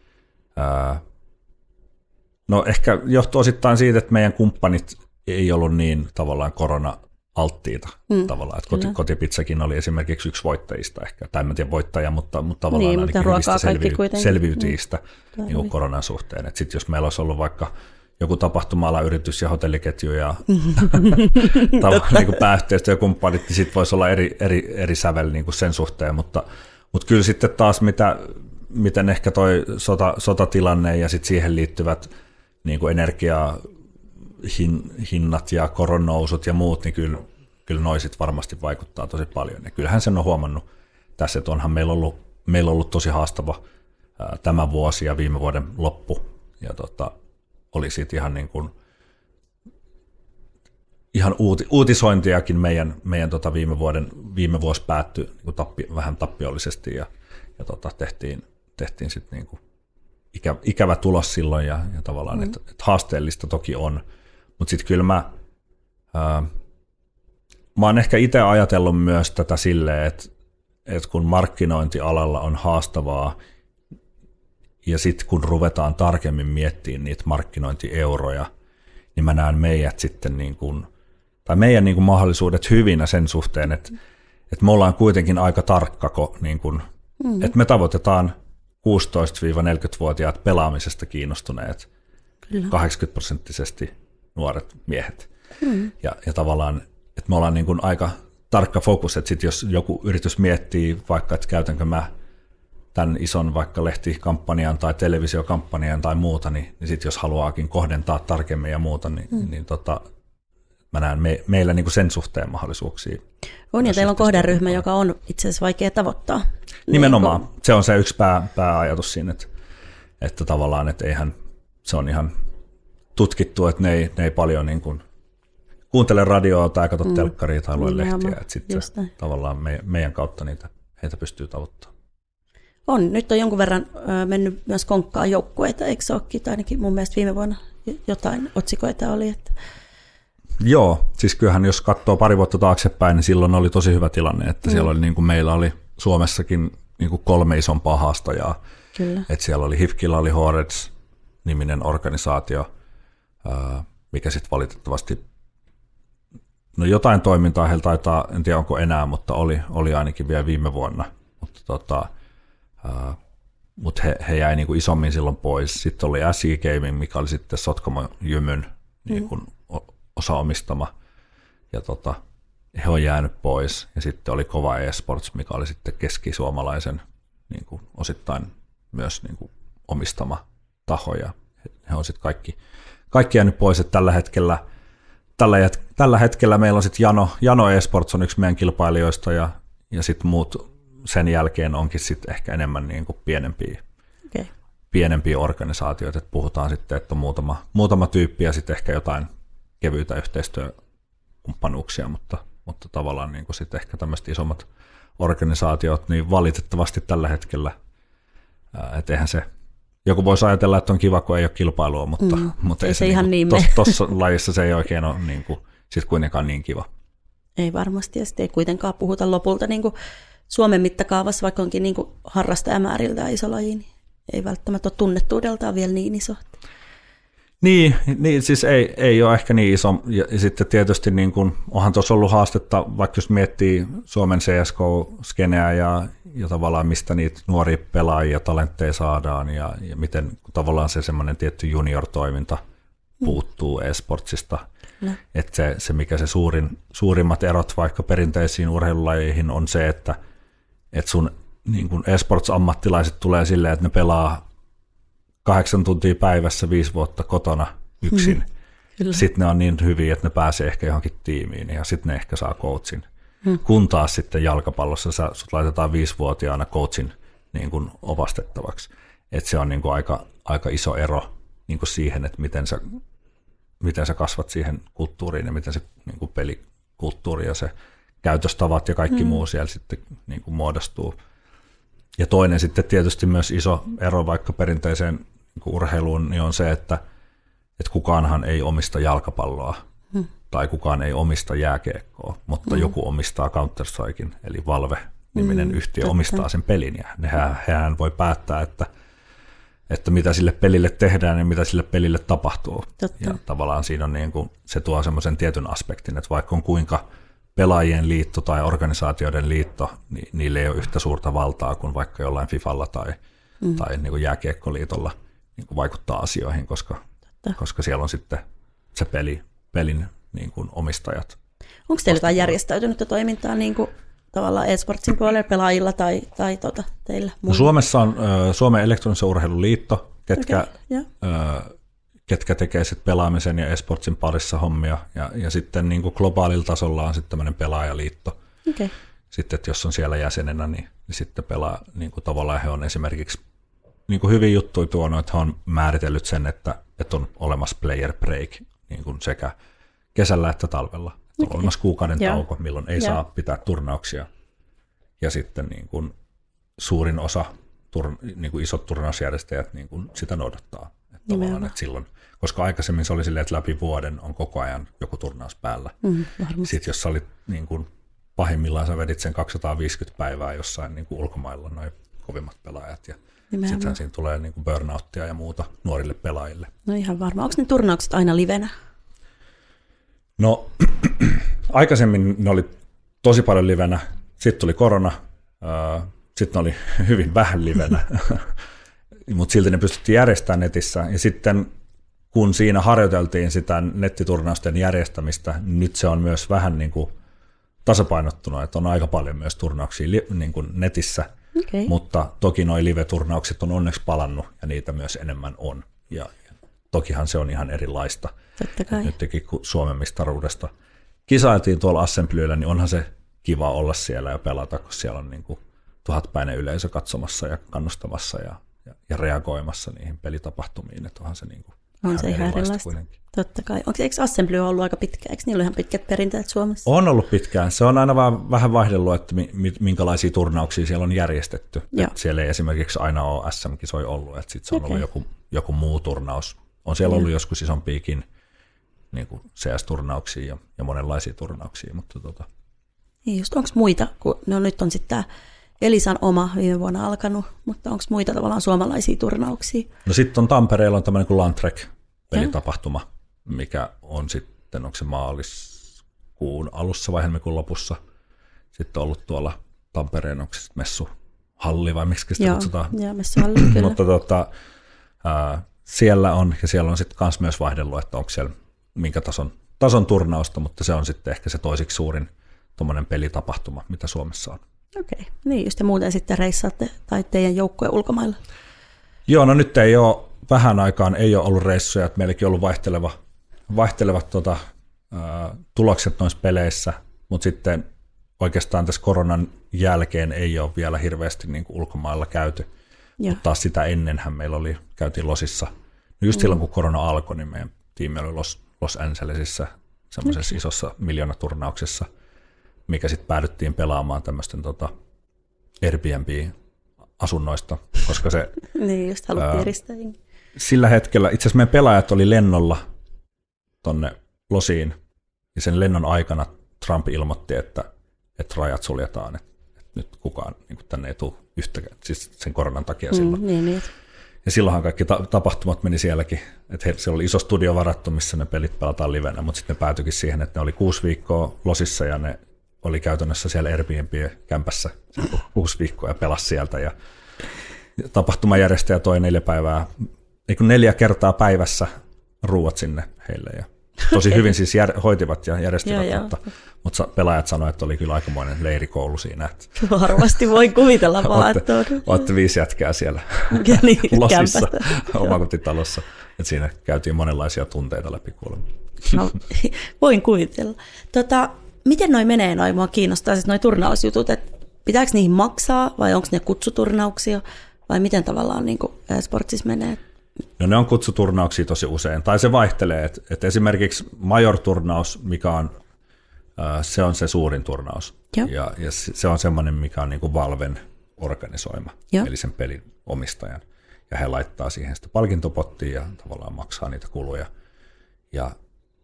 No ehkä johtuu osittain siitä, että meidän kumppanit ei ollut niin tavallaan korona-alttiita. Tavallaan, että Kotipizzakin oli esimerkiksi yksi voittajista ehkä, tai en tiedä voittaja, mutta tavallaan niin, ainakin hyvistä selviytyjistä niin kuin koronan suhteen. Sitten jos meillä olisi ollut vaikka joku tapahtuma-alayritys ja hotelliketju ja niin kuin pääyhteistyökumppanit, niin sitten voisi olla eri sävel niin kuin sen suhteen, mutta kyllä sitten taas miten ehkä toi sotatilanne ja sitten siihen liittyvät niin kuin energiahinnat ja koronnousut ja muut, niin kyllä noi sit varmasti vaikuttaa tosi paljon. Ja kyllähän sen on huomannut tässä, että onhan meillä ollut tosi haastava tämä vuosi ja viime vuoden loppu. Ja oli siitä ihan niin kuin ihan uutisointiakin meidän viime vuosi päättyi niin vähän tappiollisesti ja tehtiin sitten niin kuin ikävä tulos silloin ja tavallaan, että haasteellista toki on, mutta sitten kyllä mä oon ehkä itse ajatellut myös tätä silleen, että kun markkinointialalla on haastavaa ja sitten kun ruvetaan tarkemmin miettimään niitä markkinointieuroja, niin mä näen meidät sitten niin kuin, tai meidän niin kuin mahdollisuudet hyvinä sen suhteen, että me ollaan kuitenkin aika tarkka, niin kuin, että me tavoitetaan 16-40-vuotiaat pelaamisesta kiinnostuneet, 80% nuoret miehet. Ja tavallaan, että me ollaan niin kuin aika tarkka fokus, että sit jos joku yritys miettii vaikka, että käytänkö mä tämän ison vaikka lehtikampanjan tai televisiokampanjan tai muuta, niin sitten jos haluaakin kohdentaa tarkemmin ja muuta, niin mä näen meillä niin kuin sen suhteen mahdollisuuksia. On, ja teillä on kohderyhmä, joka on itse asiassa vaikea tavoittaa. Nimenomaan. Se on se yksi pääajatus siinä, että tavallaan, että eihän se on ihan tutkittu, että ne ei paljon niin kuin kuuntele radioa tai katso telkkaria tai lue lehtiä, että sitten tavallaan meidän kautta niitä heitä pystyy tavoittamaan. On. Nyt on jonkun verran mennyt myös konkkaan joukkueita, eikö se olekin? Tai ainakin mun mielestä viime vuonna jotain otsikoita oli. Että... Joo, siis kyllähän jos katsoo pari vuotta taaksepäin, niin silloin oli tosi hyvä tilanne, että siellä oli niin kuin meillä oli Suomessakin niin kuin 3 isompaa haastajaa. Kyllä. Että siellä oli HIFKilla oli Horeds-niminen organisaatio, mikä sitten valitettavasti, no jotain toimintaa heillä taitaa, en tiedä onko enää, mutta oli ainakin vielä viime vuonna, mutta he jäi niin kuin isommin silloin pois. Sitten oli SE Gaming, mikä oli sitten Sotkamo Jymyn niin kuin osaomistama, ja he on jäänyt pois. Ja sitten oli Kova eSports, mikä oli sitten keskisuomalaisen niin kuin osittain myös niin kuin omistama taho, ja he on sitten kaikki jäänyt pois, että tällä hetkellä meillä on sitten Jano eSports on yksi meidän kilpailijoista, ja sitten muut sen jälkeen onkin sitten ehkä enemmän niin kuin pienempiä organisaatioita, että puhutaan sitten, että on muutama tyyppi ja sitten ehkä jotain kevyitä yhteistyökumppanuuksia, mutta tavallaan niin kuin sitten ehkä tämmöiset isommat organisaatiot, niin valitettavasti tällä hetkellä, että eihän se, joku voisi ajatella, että on kiva, kun ei ole kilpailua, mutta ei se ihan niin tuossa lajissa se ei oikein ole niin kuin, sit kuitenkaan niin kiva. Ei varmasti, ja sitten ei kuitenkaan puhuta lopulta niin kuin Suomen mittakaavassa, vaikka onkin niin kuin harrastajamääriltään iso laji, niin ei välttämättä ole tunnettuudeltaan vielä niin iso. Niin siis ei ole ehkä niin iso, ja sitten tietysti niin kuin, onhan tuossa ollut haastetta, vaikka jos miettii Suomen CSGO-skeneä ja tavallaan mistä niitä nuoria pelaajia, talentteja saadaan, ja miten tavallaan se semmoinen tietty junior-toiminta puuttuu eSportsista. Että se mikä se suurimmat erot vaikka perinteisiin urheilulajeihin on se, että sun niin kuin eSports-ammattilaiset tulee silleen, että ne pelaa 8 tuntia päivässä 5 vuotta kotona yksin. Sitten ne on niin hyviä, että ne pääsee ehkä johonkin tiimiin ja sitten ne ehkä saa coachin. Kun taas sitten jalkapallossa sut laitetaan 5-vuotiaana coachin niin kuin opastettavaksi. Että se on niin kuin aika iso ero niin kuin siihen, että miten sä kasvat siihen kulttuuriin ja miten se niin kuin pelikulttuuri ja se käytöstavat ja kaikki muu siellä sitten niin kuin muodostuu. Ja toinen sitten tietysti myös iso ero vaikka perinteiseen niin kuin urheiluun niin on se, että kukaanhan ei omista jalkapalloa tai kukaan ei omista jääkiekkoa, mutta joku omistaa Counter-Strikein, eli Valve-niminen yhtiö omistaa sen pelin ja hehän voi päättää, että mitä sille pelille tehdään ja mitä sille pelille tapahtuu. Totta. Ja tavallaan siinä on niin kuin, se tuo semmoisen tietyn aspektin, että vaikka on kuinka pelaajien liitto tai organisaatioiden liitto, niin niille ei ole yhtä suurta valtaa kuin vaikka jollain Fifalla tai niin kuin jääkiekkoliitolla niin kuin vaikuttaa asioihin, koska siellä on sitten se pelin niin kuin omistajat. Onko teillä jotain järjestäytynyttä toimintaa niin kuin tavallaan eSportsin puolella pelaajilla tai teillä? No Suomessa on Suomen elektronisen urheilun liitto, ketkä tekee sitten pelaamisen ja eSportsin parissa hommia, ja sitten niin kuin globaalilla tasolla on sitten tämmöinen pelaajaliitto. Okay. Sitten, että jos on siellä jäsenenä, niin sitten pelaa, niin kuin tavallaan he on esimerkiksi niin kuin hyviä juttuja tuonut, että he on määritellyt sen, että on olemassa player break niin kuin sekä kesällä että talvella. On olemassa kuukauden tauko, milloin ei saa pitää turnauksia. Ja sitten niin kuin suurin osa, niin kuin isot turnausjärjestäjät niin kuin sitä noudattaa. Että silloin, koska aikaisemmin se oli silleen, että läpi vuoden on koko ajan joku turnaus päällä. Sitten jos sä olit niin kuin, pahimmillaan sä vedit sen 250 päivää jossain niin kuin ulkomailla noin kovimmat pelaajat. Ja sittenhän siinä tulee niin kuin burnouttia ja muuta nuorille pelaajille. No ihan varmaan. Onko ne turnaukset aina livenä? No aikaisemmin ne oli tosi paljon livenä. Sitten tuli korona. Sitten ne oli hyvin vähän livenä. Mutta silti ne pystyttiin järjestämään netissä. Ja sitten kun siinä harjoiteltiin sitä nettiturnausten järjestämistä, nyt se on myös vähän niin kuin tasapainottunut, että on aika paljon myös turnauksia niin kuin netissä, mutta toki nuo live-turnaukset on onneksi palannut ja niitä myös enemmän on. Ja tokihan se on ihan erilaista. Nytkin kun Suomen mestaruudesta kisailtiin tuolla Assemblyllä, niin onhan se kiva olla siellä ja pelata, kun siellä on niin kuin 1000-päinen yleisö katsomassa ja kannustamassa ja reagoimassa niihin pelitapahtumiin, että onhan se niin kuin On se ihan erilaista. Kuitenkin. Totta kai. Eikö Assembly ole ollut aika pitkä? Eikö niillä ole ihan pitkät perinteet Suomessa? On ollut pitkään. Se on aina vaan vähän vaihdellut, että minkälaisia turnauksia siellä on järjestetty. Siellä ei esimerkiksi aina ole SM-kisoja ollut, että sitten se on ollut joku muu turnaus. On siellä ollut joskus isompiakin niin kuin CS-turnauksia ja monenlaisia turnauksia. Mutta Niin just, onko muita? Nyt on sitten tämä Elisan oma viime vuonna alkanut, mutta onko muita tavallaan suomalaisia turnauksia? No sitten on Tampereella on tämmöinen kuin Landtrek-pelitapahtuma, mikä on sitten, onko se maaliskuun alussa vai helmikuun lopussa. Sitten on ollut tuolla Tampereen, onko se messuhalli vai miksi sitä kutsutaan? Joo, messuhalli, kyllä. Mutta siellä on sitten kans myös vaihdellut, että onko siellä minkä tason turnausta, mutta se on sitten ehkä se toisiksi suurin tuommoinen pelitapahtuma, mitä Suomessa on. Okei, niin just ja muuten sitten reissaatte tai teidän joukkojen ulkomailla? Joo, no nyt ei ole, vähän aikaan ei ole ollut reissuja, että meilläkin on ollut vaihtelevat tulokset noissa peleissä, mutta sitten oikeastaan tässä koronan jälkeen ei ole vielä hirveästi niin kuin ulkomailla käyty, mutta taas sitä ennenhän meillä käytiin Losissa. No just silloin kun korona alkoi, niin meidän tiimi oli Los Angelesissa semmoisessa isossa miljoonaturnauksessa, mikä sitten päädyttiin pelaamaan tämmöisten Airbnb-asunnoista, koska se niin, just haluttiin eristää. Sillä hetkellä, itse asiassa meidän pelaajat oli lennolla tonne Losiin, ja sen lennon aikana Trump ilmoitti, että rajat suljetaan, että nyt kukaan niin tänne ei tule yhtäkään, siis sen koronan takia silloin. Niin. Ja silloinhan kaikki tapahtumat meni sielläkin, että siellä oli iso studio varattu, missä ne pelit pelataan livenä, mutta sitten ne päätyikin siihen, että ne oli 6 viikkoa Losissa ja ne oli käytännössä siellä Airbnb-kämpässä 6 viikkoa ja pelasi sieltä. Ja tapahtumajärjestäjä toi 4 kertaa päivässä ruuat sinne heille. Ja tosi hyvin siis hoitivat ja järjestivät, mutta pelaajat sanoivat, että oli kyllä aikamoinen leirikoulu siinä. Varmasti voi kuvitella vaan. Olette 5 jätkää siellä Losissa omakotitalossa. Että siinä käytiin monenlaisia tunteita läpi kuulemma. No, voin kuvitella. Miten noi menee? Mua kiinnostaa siis noi turnausjutut, että pitääkö niihin maksaa vai onko ne kutsuturnauksia vai miten tavallaan niin sportsissa menee? No ne on kutsuturnauksia tosi usein, tai se vaihtelee, että esimerkiksi Major-turnaus, mikä on, se on se suurin turnaus, ja se on semmoinen, mikä on niin kuin Valven organisoima, eli sen pelin omistajan, ja he laittaa siihen sitä palkintopottia ja tavallaan maksaa niitä kuluja, ja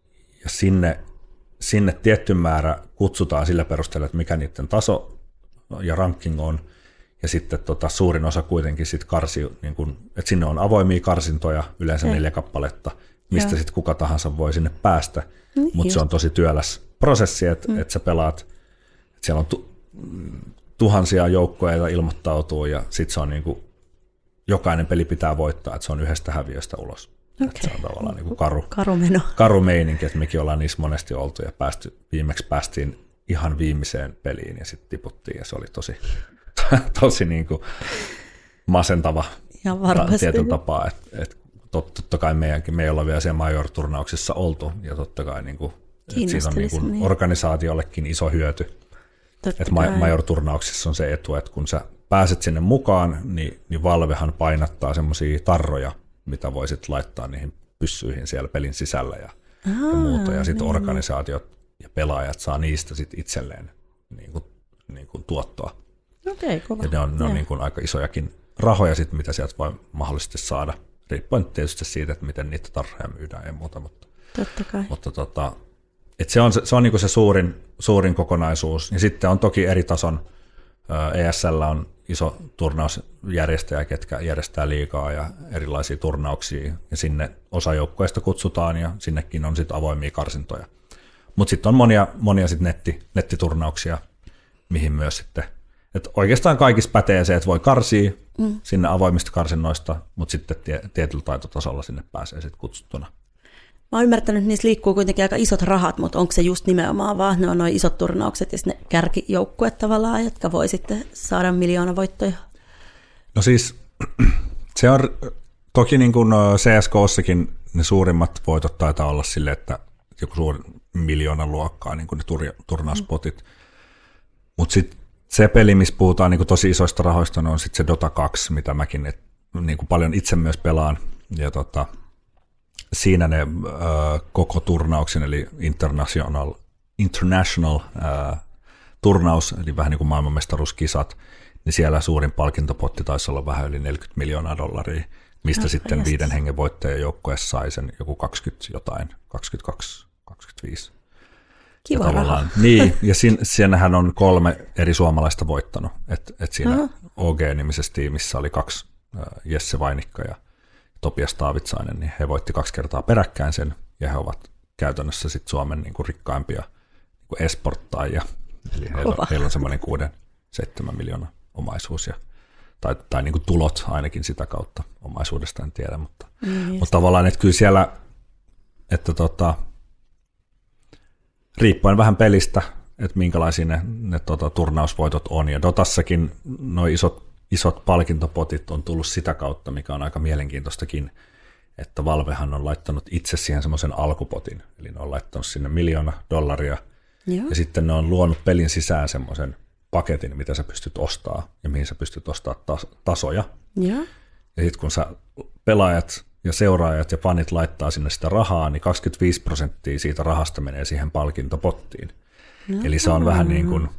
sinne tietty määrä kutsutaan sillä perusteella, että mikä niiden taso ja ranking on, ja sitten suurin osa kuitenkin sit karsii, niin kun, että sinne on avoimia karsintoja, yleensä 4 kappaletta, mistä sitten kuka tahansa voi sinne päästä, mutta se on tosi työläs prosessi, että sä pelaat, että siellä on tuhansia joukkoja, joita ilmoittautuu, ja sitten se on niin kuin, jokainen peli pitää voittaa, että se on yhdestä häviöstä ulos. Että se on tavallaan niin kuin karu meininki, että mekin ollaan niissä monesti oltu, ja viimeksi päästiin ihan viimeiseen peliin, ja sitten tiputtiin, ja se oli tosi niin kuin masentava tietyllä tapaa, että totta kai me ei olla vielä siellä Major-turnauksessa oltu, ja totta kai niin kuin, siitä on niin kuin organisaatiollekin iso hyöty. Että Major-turnauksissa on se etu, että kun sä pääset sinne mukaan, niin Valvehan painattaa semmoisia tarroja, mitä voisit laittaa niihin pyssyihin siellä pelin sisällä ja muuta, ja sitten organisaatiot ja pelaajat saa niistä sitten itselleen niin kuin tuottoa. Okei, kova. Ja ne on niin kuin aika isojakin rahoja, sit, mitä sieltä voi mahdollisesti saada, riippuen tietysti siitä, että miten niitä tarhoja myydään ja muuta. Totta kai. Mutta että se on niin kuin se suurin kokonaisuus. Ja sitten on toki eri tason, ESL on iso turnausjärjestäjä, ketkä järjestää liigaa ja erilaisia turnauksia, ja sinne osa joukkueista kutsutaan, ja sinnekin on sitten avoimia karsintoja. Mutta sitten on monia sit nettiturnauksia, mihin myös sitten, että oikeastaan kaikissa pätee se, että voi karsia sinne avoimista karsinnoista, mutta sitten tietyllä taitotasolla sinne pääsee sitten kutsuttuna. Mä oon ymmärtänyt, että niissä liikkuu kuitenkin aika isot rahat, mutta onko se just nimenomaan vaan, ne on noin isot turnaukset ja ne kärkijoukkueet tavallaan, jotka voi sitten saada miljoonavoittoja? No siis se on toki niin kuin CSK:ssakin ne suurimmat voitot taitaa olla sille, että joku suuri miljoonan luokkaa niin kuin ne turnausspotit, mutta sitten se peli, missä puhutaan niin kuin tosi isoista rahoista, on sitten se Dota 2, mitä mäkin niin kuin paljon itse myös pelaan, ja siinä ne koko turnauksen, eli international turnaus, eli vähän niin kuin maailmanmestaruuskisat, niin siellä suurin palkintopotti taisi olla vähän yli $40 miljoonaa, mistä sitten 5 hengen voittajajoukkueessa sai sen joku 20 jotain, 22, 25. Kiva raha. Niin, ja siinähän on 3 eri suomalaista voittanut, että siinä OG-nimisessä tiimissä oli 2, Jesse Vainikka ja Topias Taavitsainen, niin he voitti 2 kertaa peräkkäin sen, ja he ovat käytännössä sitten Suomen niin kuin rikkaimpia niin kuin esporttaajia, eli heillä on semmoinen 6-7 miljoonaa omaisuus, tai niin kuin tulot ainakin sitä kautta, omaisuudesta en tiedä, mutta tavallaan, että kyllä siellä, että riippuen vähän pelistä, että minkälaisia ne turnausvoitot on, ja Dotassakin nuo isot palkintopotit on tullut sitä kautta, mikä on aika mielenkiintoistakin, että Valvehan on laittanut itse siihen semmoisen alkupotin, eli ne on laittanut sinne $1 miljoonaa, ja sitten ne on luonut pelin sisään semmoisen paketin, mitä sä pystyt ostamaan, ja mihin sä pystyt ostamaan tasoja. Ja sitten kun sä pelaajat ja seuraajat ja fanit laittaa sinne sitä rahaa, niin 25% siitä rahasta menee siihen palkintopottiin. Eli se on vähän niin kuin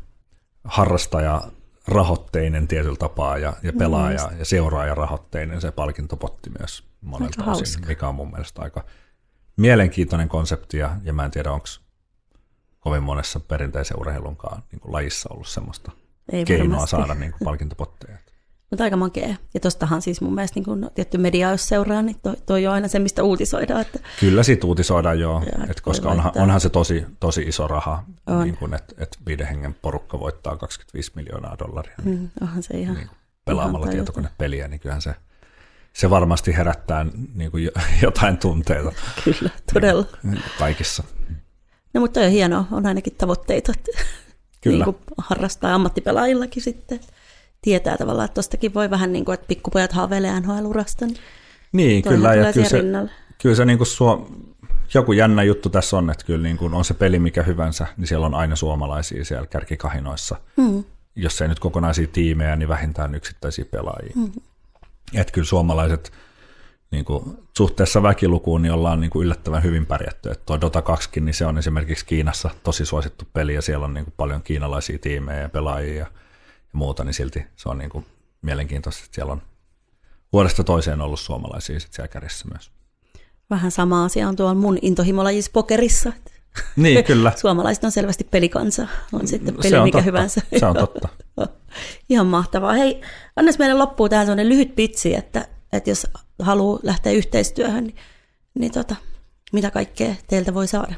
harrastajarahoitteinen tietyllä tapaa, ja pelaaja ja seuraajarahoitteinen se palkintopotti myös monelta osin, mikä on mun mielestä aika mielenkiintoinen konsepti, ja mä en tiedä, onko kovin monessa perinteisen urheilunkaan niin kuin lajissa ollut semmoista keinoa saada niin kuin palkintopotteja. Mutta aika makea. Ja tostahan siis mun mielestä niin kun tietty media, jos seuraa, niin toi on aina se, mistä uutisoidaan. Että kyllä siitä uutisoidaan, joo. Koska onhan se tosi iso raha, niin kun, että 5 hengen porukka voittaa $25 miljoonaa. Onhan se ihan niin pelaamalla tietokonepeliä, niin kyllähän se varmasti herättää niin kuin jotain tunteita. Kyllä, todella. Niin, kaikissa. No mutta toi on hienoa, on ainakin tavoitteita, että kyllä. Niin harrastaa ammattipelaajillakin sitten. Tietää tavallaan, että tuostakin voi vähän niin kuin, että pikkupojat haaveilee NHL-urasta. Niin kyllä, ja kyllä se niin kuin joku jännä juttu tässä on, että kyllä niin kuin on se peli mikä hyvänsä, niin siellä on aina suomalaisia siellä kärkikahinoissa. Jos ei nyt kokonaisia tiimejä, niin vähintään yksittäisiä pelaajia. Että kyllä suomalaiset niin kuin suhteessa väkilukuun niin ollaan niin kuin yllättävän hyvin pärjätty. Että tuo Dota 2, niin se on esimerkiksi Kiinassa tosi suosittu peli, ja siellä on niin kuin paljon kiinalaisia tiimejä ja pelaajia ja muuta, niin silti se on niin kuin mielenkiintoista, että siellä on vuodesta toiseen ollut suomalaisia sit siellä kärjessä myös. Vähän sama asia on tuolla mun intohimolajissa pokerissa. Niin, kyllä. Suomalaiset on selvästi pelikansa, on sitten peli on mikä totta. Hyvänsä. Se on totta. Ihan mahtavaa. Hei, annas meille loppuun tähän sellainen lyhyt pitsi, että jos haluaa lähteä yhteistyöhön, niin mitä kaikkea teiltä voi saada?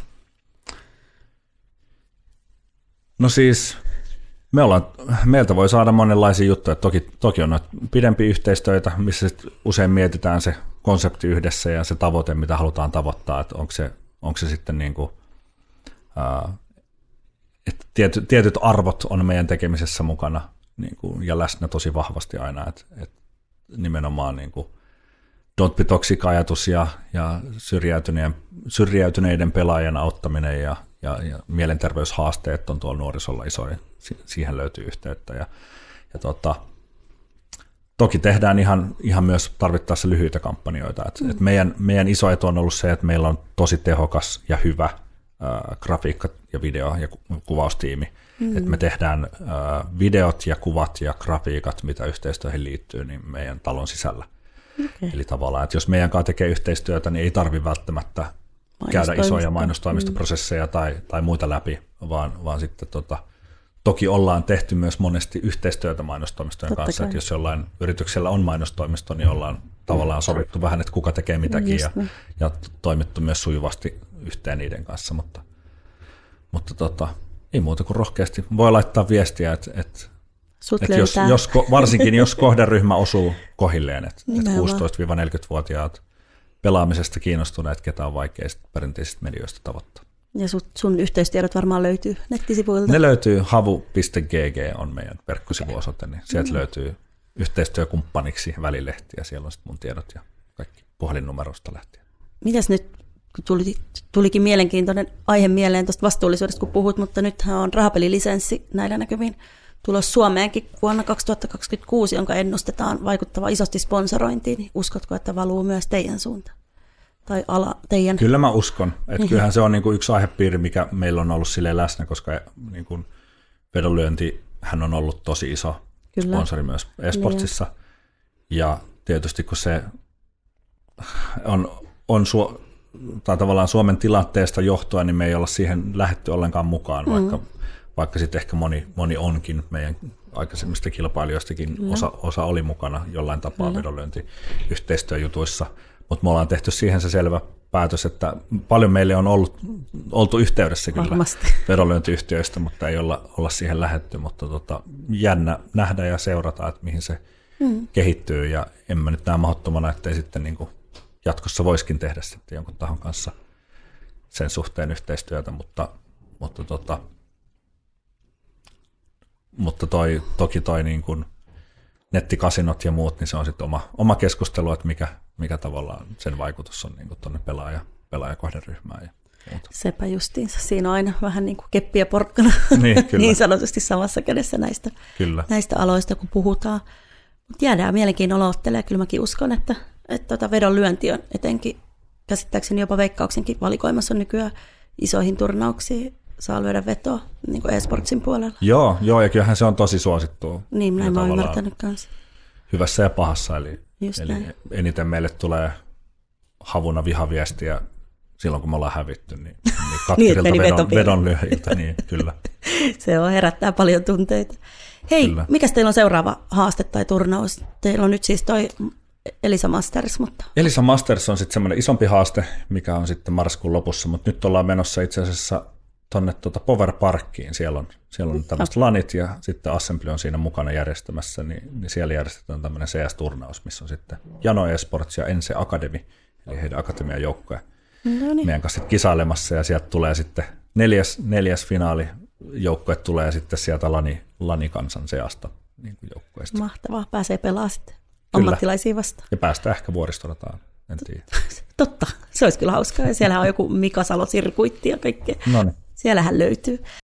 No siis meiltä voi saada monenlaisia juttuja. Toki on noita pidempiä yhteistyötä, missä usein mietitään se konsepti yhdessä ja se tavoite, mitä halutaan tavoittaa, että onko se sitten niin kuin, että tietyt arvot on meidän tekemisessä mukana niin kuin, ja läsnä tosi vahvasti aina, että nimenomaan niin kuin don't be toxic -ajatus ja syrjäytyneiden pelaajien auttaminen ja mielenterveyshaasteet on tuolla nuorisolla isoja, siihen löytyy yhteyttä. Ja toki tehdään ihan myös tarvittaessa lyhyitä kampanjoita. Et meidän iso etu on ollut se, että meillä on tosi tehokas ja hyvä grafiikka ja video ja kuvaustiimi. Et me tehdään videot ja kuvat ja grafiikat, mitä yhteistyöhön liittyy, niin meidän talon sisällä. Okay. Eli tavallaan, että jos meidän kanssa tekee yhteistyötä, niin ei tarvitse välttämättä käydä isoja mainostoimistoprosesseja tai muita läpi, vaan sitten toki ollaan tehty myös monesti yhteistyötä mainostoimistojen kanssa, että jos jollain yrityksellä on mainostoimisto, niin ollaan tavallaan sovittu vähän, että kuka tekee mitäkin ja toimittu myös sujuvasti yhteen niiden kanssa, mutta ei muuta kuin rohkeasti. Voi laittaa viestiä, että varsinkin jos kohderyhmä osuu kohilleen, että 16-40-vuotiaat pelaamisesta kiinnostuneet, ketä on vaikea perinteisistä medioista tavoittaa. Ja sun yhteystiedot varmaan löytyy nettisivuilta? Ne löytyy, havu.gg on meidän verkkosivuosoite, niin sieltä löytyy yhteistyökumppaniksi välilehti, ja siellä on sitten mun tiedot ja kaikki puhelinnumerosta lähtien. Mitäs nyt, kun tulikin mielenkiintoinen aihe mieleen tuosta vastuullisuudesta, kun puhut, mutta nythän on rahapelilisenssi näillä näkymin tulos Suomeenkin vuonna 2026, jonka ennustetaan vaikuttava isosti sponsorointiin. Uskotko, että valuu myös teidän suuntaan? tai ala teidän? Kyllä mä uskon, että kyllähän se on niin kuin yksi aihepiiri, mikä meillä on ollut silleen läsnä, koska niin kuin vedonlyönti hän on ollut tosi iso sponsori myös eSportsissa. Ja tietysti kun se on tai tavallaan Suomen tilanteesta johtuen, niin me ei olla siihen lähdetty ollenkaan mukaan, vaikka sitten ehkä moni onkin meidän aikaisemmista kilpailijoistakin osa oli mukana jollain tapaa vedonlyöntiyhteistyöjutuissa, mutta me ollaan tehty siihen se selvä päätös, että paljon meille on oltu yhteydessä kyllä vedonlyöntiyhtiöistä, mutta ei olla siihen lähdetty, mutta jännä nähdä ja seurata, että mihin se kehittyy, ja en mä nyt näe mahdottomana, ettei sitten niin kuin jatkossa voisikin tehdä sitten jonkun tahon kanssa sen suhteen yhteistyötä, mutta toki niin kuin nettikasinot ja muut, niin se on sitten oma keskustelu, että mikä tavallaan sen vaikutus on niin kuin tuonne pelaajakohderyhmään ja muuta. Sepä justiinsa. Siinä on aina vähän niin kuin keppi ja porkkana niin sanotusti samassa kädessä näistä aloista, kun puhutaan. Mutta jäädään mielenkiinnolla ottelemaan. Kyllä mäkin uskon, että vedonlyönti on etenkin käsittääkseni jopa Veikkauksenkin valikoimassa on nykyään isoihin turnauksiin. Saa lyödä vetoa niin kuin eSportsin puolella. Joo, ja kyllähän se on tosi suosittua. Niin, näin mä oon ymmärtänyt kanssa. Hyvässä ja pahassa, eli eniten meille tulee havuna vihaviestiä silloin, kun me ollaan hävitty, niin katkerilta vedonlyöjiltä, niin kyllä. Se herättää paljon tunteita. Hei, kyllä. Mikäs teillä on seuraava haaste tai turnaus? Teillä on nyt siis toi Elisa Masters, mutta... Elisa Masters on sitten semmoinen isompi haaste, mikä on sitten marraskuun lopussa, mutta nyt ollaan menossa itse asiassa tuonne Power Parkiin. Siellä on tämmöiset lanit ja sitten Assembly on siinä mukana järjestämässä, niin siellä järjestetään tämmöinen CS-turnaus, missä on sitten Jano eSports ja Ense Academy, eli heidän akatemian joukkoja meidän kanssa kisailemassa, ja sieltä tulee sitten neljäs finaalijoukkue tulee sitten sieltä lanikansan seasta niin kuin joukkueesta. Mahtavaa, pääsee pelaamaan sitten ammattilaisia vastaan. Ja päästään ehkä Vuoristorataan, en tiedä. Totta, se olisi kyllä hauskaa, ja siellähän on joku Mika Salo-sirkuitti ja kaikkea. Noniin. Siellähän löytyy.